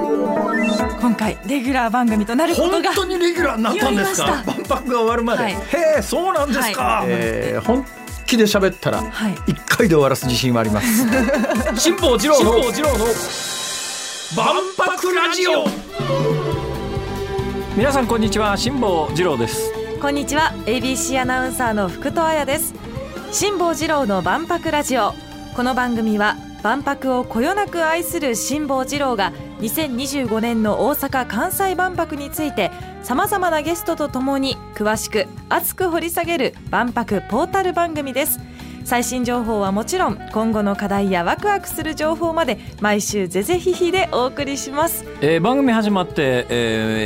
今回レギュラー番組となることが本当にレギュラーになったんですか？万博が終わるまで、はい、へえ、そうなんですか、はい、本気で喋ったら1回で終わらす自信はあります、はい、辛坊治郎の万博ラジオ。皆さんこんにちは、辛坊治郎です。 こんにちは、 ABC アナウンサーの福戸彩です。辛坊治郎の万博ラジオ。この番組は万博をこよなく愛する辛坊治郎が2025年の大阪・関西万博についてさまざまなゲストとともに詳しく熱く掘り下げる万博ポータル番組です。最新情報はもちろん、今後の課題やワクワクする情報まで毎週ぜぜひひでお送りします。 番組始まって、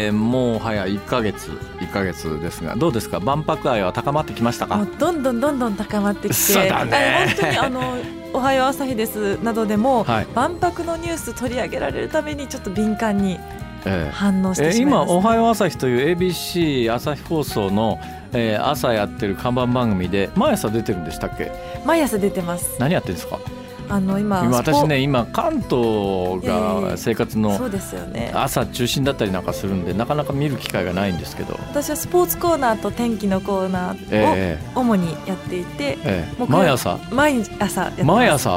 もう早1ヶ月ですが、どうですか、万博愛は高まってきましたか？ もうどんどん高まってきて、 そうだね、 本当におはよう朝日ですなどでも、はい、万博のニュース取り上げられるためにちょっと敏感に反応してしまいます、ね。 今おはよう朝日という ABC 朝日放送の、朝やってる看板番組で毎朝出てるんでしたっけ？ 毎朝出てます。 何やってるんですか？ 今私ね、今関東が生活の朝中心だったりなんかするんで、なかなか見る機会がないんですけど、 私はスポーツコーナーと天気のコーナーを主にやっていて、 毎朝やってます。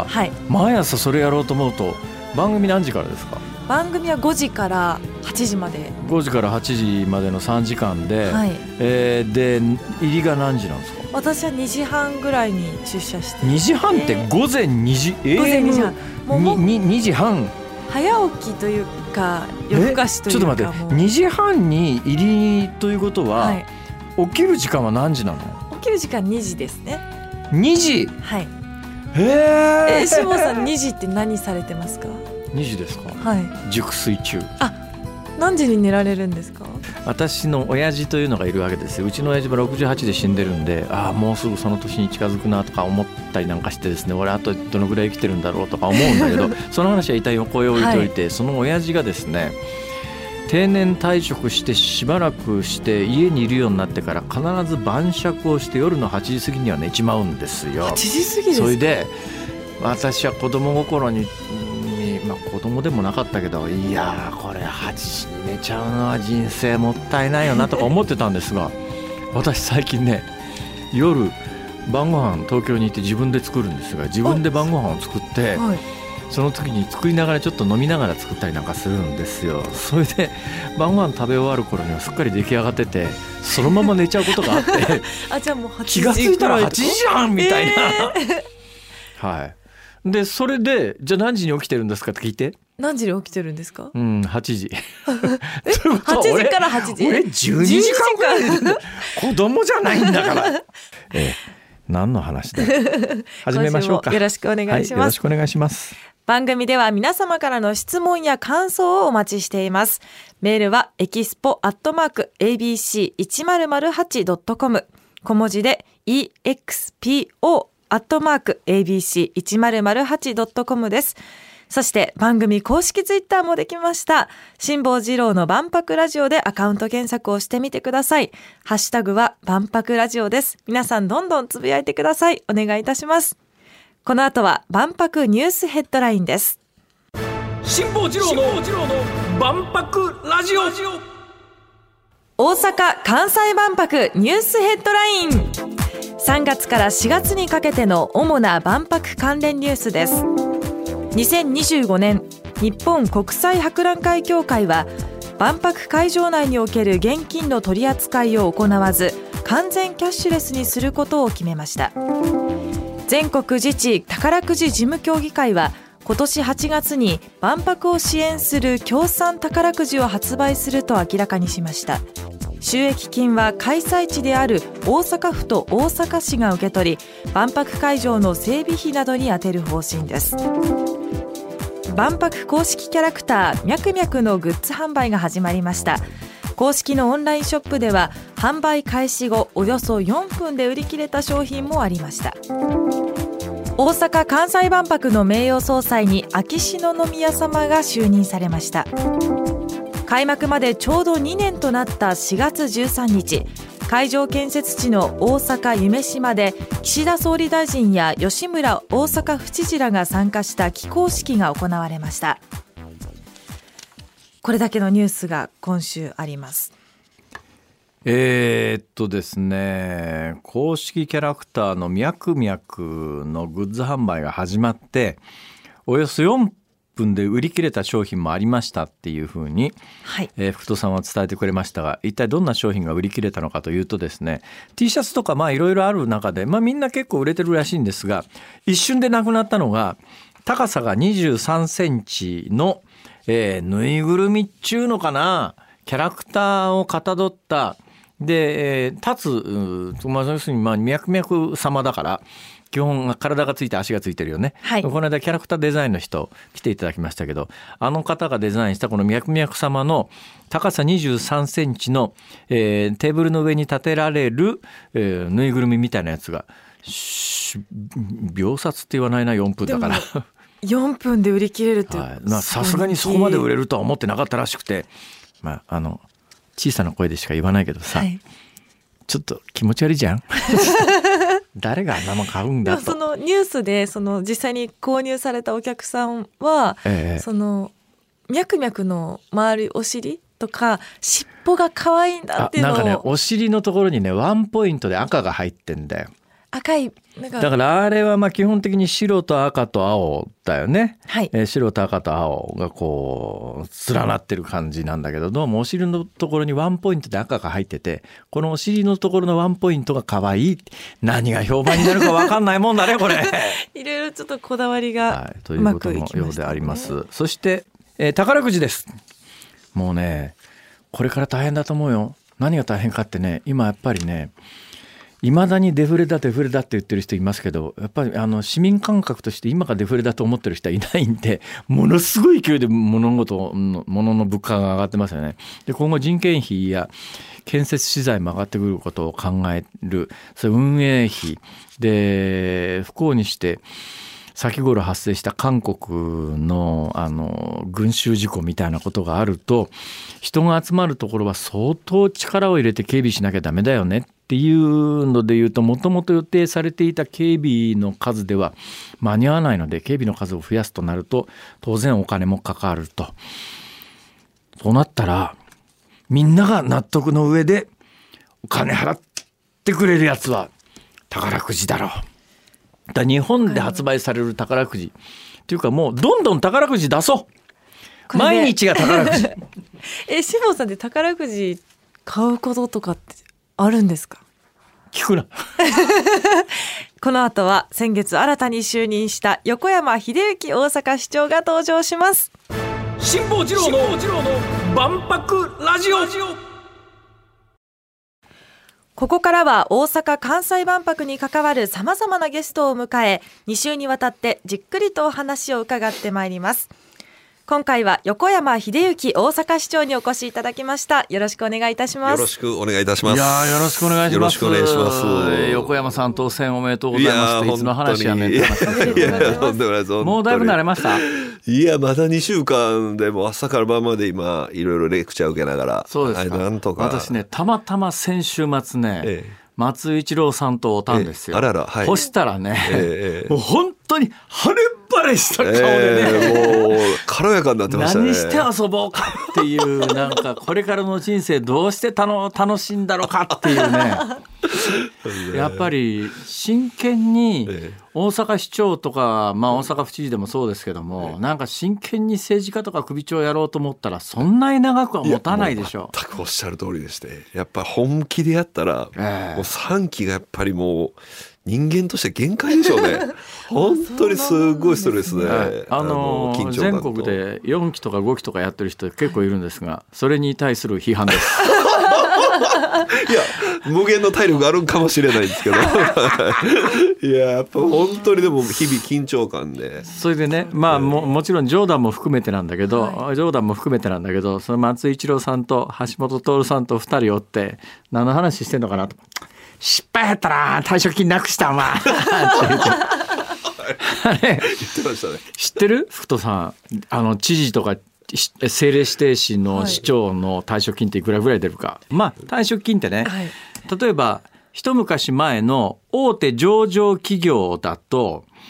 はい、 毎朝それやろうと思うと番組何時からですか？ 番組は5時から8時まで、 5時から8時までの3時間で、はい、で入りが何時なんですか？ 私は2時半ぐらいに出社して、 2時半って午前2時、 午前2時半、 2時半、 早起きというか夜更かしというか、 ちょっと待って、2時半に入りということは、はい、起きる時間は何時なの？ 起きる時間2時ですね。 2時？ 坊さん2時って何されてますか ？2時ですか？ はい、 熟睡中。 何時に寝られるんですか？ 私の親父というのがいるわけですよ。うちの親父は68で死んでるんで、もうすぐその年に近づくなとか思ったりなんかしてですね、俺あとどのぐらい生きてるんだろうとか思うんだけどその話は一旦横へ置いておいて、はい、その親父がですね、定年退職してしばらくして家にいるようになってから必ず晩酌をして夜の8時過ぎには寝ちまうんですよ。 8時過ぎですか？ それで私は子供心に子供でもなかったけど、いやこれ8時に寝ちゃうのは人生もったいないよなとか思ってたんですが私最近ね、夜晩ご飯東京に行って自分で作るんですが、自分で晩ご飯を作って、はい、その時に作りながらちょっと飲みながら作ったりなんかするんですよ。それで晩ご飯食べ終わる頃にはすっかり出来上がってて、そのまま寝ちゃうことがあってじゃあもう8時気がついたら8時じゃんみたいな、はい。でそれでじゃあ何時に起きてるんですかって聞いて。 何時に起きてるんですか ？8時 8時から8時俺12時間くらい子供じゃないんだから何の話だ始めましょうか。 よろしくお願いします、 はい、よろしくお願いします。 番組では皆様からの質問や感想をお待ちしています。メールはexpo@abc1008.com、 小文字で expo@abc1008.com です。そして番組公式ツイッターもできました。辛坊治郎の万博ラジオでアカウント検索をしてみてください。ハッシュタグは万博ラジオです。皆さんどんどんつぶやいてください。お願いいたします。この後は万博ニュースヘッドラインです。 辛坊治郎の万博ラジオ。 大阪・関西万博ニュースヘッドライン。3月から4月にかけての主な万博関連ニュースです。2025年日本国際博覧会協会は万博会場内における現金の取り扱いを行わず完全キャッシュレスにすることを決めました。全国自治宝くじ事務協議会は今年8月に万博を支援する協賛宝くじを発売すると明らかにしました。収益金は開催地である大阪府と大阪市が受け取り、万博会場の整備費などに充てる方針です。万博公式キャラクターミャクミャクのグッズ販売が始まりました。公式のオンラインショップでは販売開始後およそ4分で売り切れた商品もありました。大阪・関西万博の名誉総裁に秋篠宮さまが就任されました。開幕までちょうど2年となった4月13日、会場建設地の大阪夢洲で岸田総理大臣や吉村大阪府知事らが参加した起工式が行われました。 これだけのニュースが今週あります。 ですね、公式キャラクターのミャクミャクのグッズ販売が始まっておよそ4分で売り切れた商品もありましたっていうふうに、はい、福戸さんは伝えてくれましたが、一体どんな商品が売り切れたのかというとですね、 T シャツとかいろいろある中で、みんな結構売れてるらしいんですが、一瞬でなくなったのが高さが23センチの、ぬいぐるみっちゅうのかな、キャラクターをかたどったで、立つ、要するにミャクミャク様だから基本体がついて足がついてるよね、はい、この間キャラクターデザインの人来ていただきましたけど、あの方がデザインしたこのミャクミャク様の高さ23センチの、テーブルの上に立てられる、ぬいぐるみみたいなやつが秒殺って言わないな、4分だから 4分で売り切れるって、 さすがにそこまで売れるとは思ってなかったらしくて、小さな声でしか言わないけどさ、はい、ちょっと気持ち悪いじゃん誰があんなもん買うんだと。 そのニュースで実際に購入されたお客さんは、そのミャクミャクの周りお尻とか尻尾が可愛いんだっていうのを、 なんかね、お尻のところにねワンポイントで赤が入ってんだよ。 赤いだからあれは基本的に白と赤と青だよね、はい、白と赤と青がこう連なってる感じなんだけど、どうもお尻のところにワンポイントで赤が入ってて、このお尻のところのワンポイントが可愛い、何が評判になるか分かんないもんだねこれいろいろちょっとこだわりがということのようであります。そして、宝くじです。もうねこれから大変だと思うよ。何が大変かってね、今やっぱりね、いまだにデフレだって言ってる人いますけど、やっぱり市民感覚として今がデフレだと思ってる人はいないんで、ものすごい勢いで物の物価が上がってますよね。で今後人件費や建設資材も上がってくることを考える、それ運営費で不幸にして先頃発生した韓国の群衆事故みたいなことがあると、人が集まるところは相当力を入れて警備しなきゃダメだよねっていうのでいうと、もともと予定されていた警備の数では間に合わないので、警備の数を増やすとなると当然お金もかかると。そうなったらみんなが納得の上でお金払ってくれるやつは宝くじだろう。だ日本で発売される宝くじっていうか、もうどんどん宝くじ出そう。毎日が宝くじ志保さんで宝くじ買うこととかってあるんですか？ 聞くなこの後は先月新たに就任した横山秀幸大阪市長が登場します。 辛坊治郎の万博ラジオ。 ここからは大阪・関西万博に関わるさまざまなゲストを迎え、2週にわたってじっくりとお話を伺ってまいります。今回は横山秀幸大阪市長にお越しいただきました。よろしくお願いいたします。 よろしくお願いいたします。 いやよろしくお願いします。 よろしくお願いします。 横山さん当選おめでとうございます。いつの話やねんって話。もうだいぶ慣れました？ いやまだ2週間でも朝から晩まで今いろいろレクチャー受けながら。 そうですか。 なんとか私ね、たまたま先週末ね、松井一郎さんと会ったんですよ。 あらら、はい。 そしたらね、もう本当に晴れ晴れした顔でね、もう軽やかになってましたね。 何して遊ぼうかっていうなんかこれからの人生どうして楽しいんだろうかっていうねやっぱり真剣に大阪市長とか、大阪府知事でもそうですけども、なんか真剣に政治家とか首長やろうと思ったらそんなに長くは持たないでしょ。 全くおっしゃる通りでして、やっぱ本気でやったら、もう3期がやっぱりもう人間として限界でしょうね本当にすごいストレスで、緊張感と全国で4期とか5期とかやってる人結構いるんですが、それに対する批判ですいや無限の体力があるかもしれないんですけどいややっぱ本当にでも日々緊張感で、 それでね、もちろん冗談も含めてなんだけど、その松井一郎さんと橋本徹さんと2人おって何の話してんのかなと、失敗やったら退職金なくしたんわって言ってあれ言ってましたね。 知ってる？福戸さん、知事とか政令指定市の市長の退職金っていくらぐらい出るか。退職金ってね、例えば一昔前の大手上場企業だと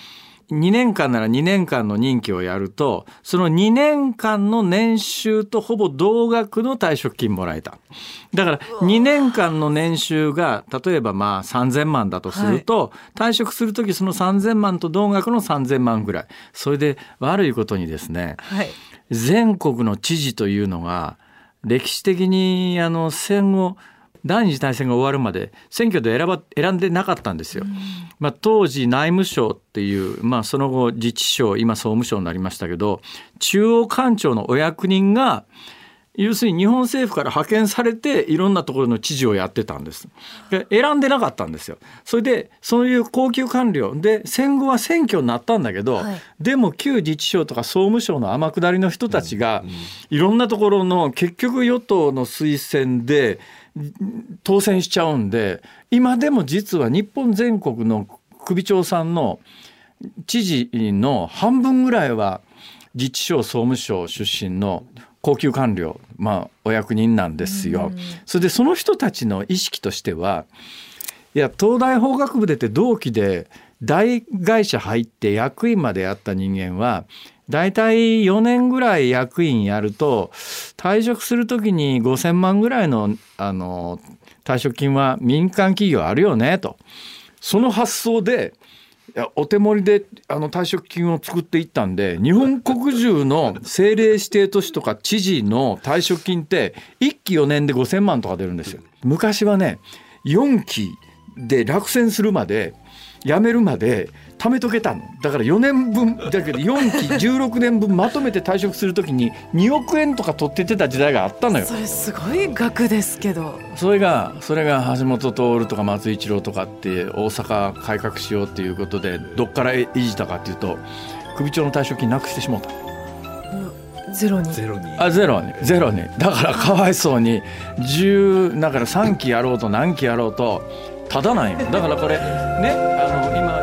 2年間なら2年間の任期をやると、その2年間の年収とほぼ同額の退職金もらえた。だから2年間の年収が例えば3000万だとすると、退職するときその3000万と同額の3000万ぐらい。それで悪いことにですね、全国の知事というのが歴史的に戦後第二次大戦が終わるまで選挙で選んでなかったんですよ。当時内務省っていう、その後自治省、今総務省になりましたけど、中央官庁のお役人が要するに日本政府から派遣されていろんなところの知事をやってたんです。で選んでなかったんですよ。それでそういう高級官僚で戦後は選挙になったんだけど、でも旧自治省とか総務省の天下りの人たちがいろんなところの結局与党の推薦で当選しちゃうんで、今でも実は日本全国の首長さんの知事の半分ぐらいは自治省総務省出身の高級官僚、お役人なんですよ。それでその人たちの意識としては、いや東大法学部出て同期で大会社入って役員までやった人間はだいたい4年ぐらい役員やると退職するときに5000万ぐらいの、退職金は民間企業あるよねと、その発想でお手盛りで退職金を作っていったんで、日本国中の政令指定都市とか知事の退職金って1期4年で5000万とか出るんですよ。昔はね4期で落選するまで辞めるまで貯めとけたの。だから4年分だけど4期16年分まとめて退職するときに2億円とか取っててた時代があったのよ。 それすごい額ですけど、 それが橋本徹とか松井一郎とかって大阪改革しようっていうことでどっからいじったかっていうと首長の退職金なくしてしまった。 ゼロにだからかわいそうにだから3期やろうと何期やろうとただなんよ。だからこれね今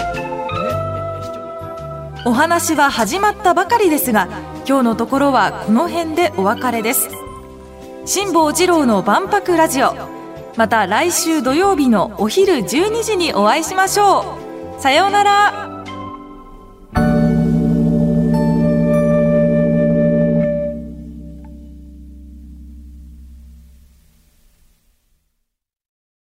お話は始まったばかりですが、今日のところはこの辺でお別れです。辛坊治郎の万博ラジオ、また来週土曜日のお昼12時にお会いしましょう。さようなら。